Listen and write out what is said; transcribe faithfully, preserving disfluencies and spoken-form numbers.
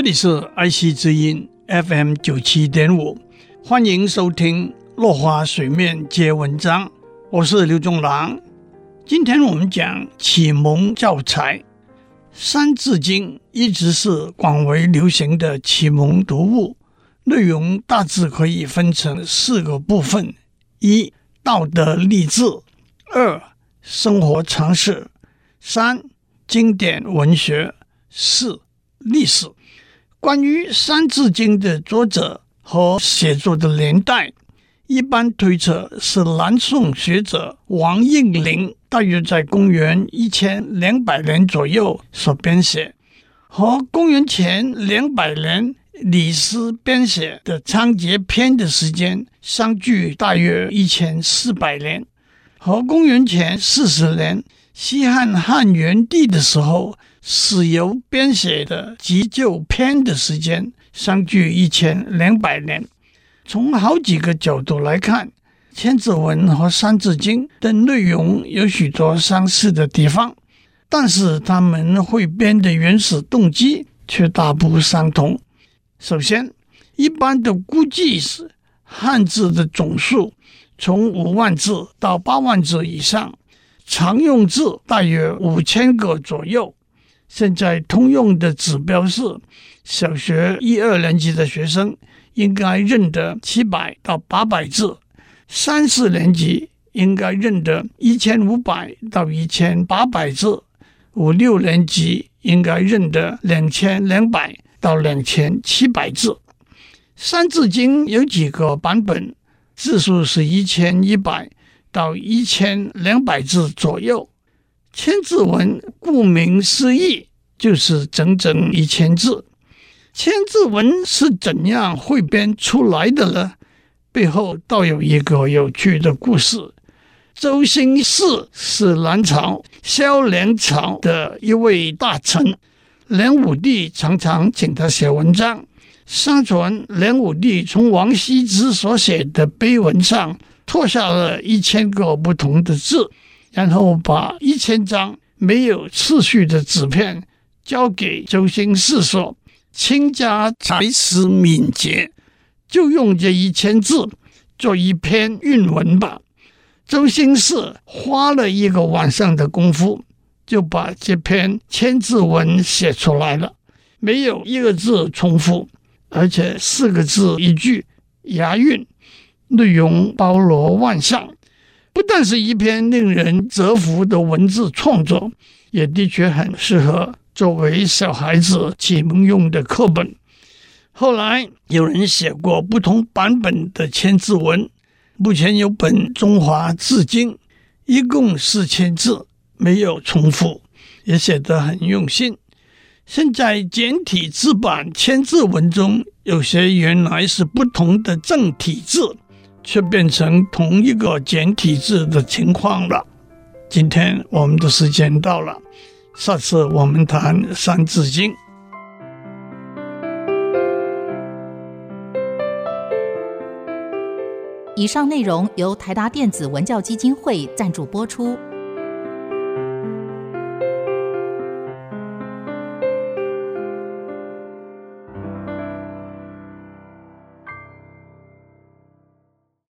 里是爱惜之音 F M 九十七点五， 欢迎收听落花水面接文章，我是刘仲郎。今天我们讲启蒙教材。三字经一直是广为流行的启蒙读物，内容大致可以分成四个部分：一、道德励志；二、生活常识；三、经典文学；四、历史。关于三字经的作者和写作的年代，一般推测是南宋学者王应麟大约在公元一千两百年左右所编写，和公元前两百年李斯编写的《仓颉篇》的时间相距大约一千四百年，和公元前四十年西汉汉元帝的时候史游编写的《急救篇》的时间相距一千两百年。从好几个角度来看，千字文和三字经的内容有许多相似的地方，但是他们汇编的原始动机却大不相同。首先，一般的估计是汉字的总数从五万字到八万字以上，常用字大约五千个左右。现在通用的指标是，小学一二年级的学生应该认得七百到八百字，三四年级应该认得一千五百到一千八百字，五六年级应该认得两千两百到两千七百字。三字经有几个版本，字数是一千一百到一千两百字左右。千字文顾名思义就是整整一千字。千字文是怎样汇编出来的呢？背后倒有一个有趣的故事。周兴嗣是南朝萧梁朝的一位大臣，梁武帝常常请他写文章。相传梁武帝从王羲之所写的碑文上拓下了一千个不同的字，然后把一千张没有次序的纸片交给周兴嗣说：“卿家才识敏捷，就用这一千字做一篇韵文吧。”周兴嗣花了一个晚上的功夫，就把这篇千字文写出来了，没有一个字重复，而且四个字一句，押韵，内容包罗万象。不但是一篇令人折服的文字创作，也的确很适合作为小孩子启蒙用的课本。后来有人写过不同版本的千字文，目前有本《中华字经》，一共四千字，没有重复，也写得很用心。现在简体字版千字文中，有些原来是不同的正体字，却变成同一个简体字的情况了。今天我们的时间到了，下次我们谈三字经。 以上内容由台达电子文教基金会赞助播出。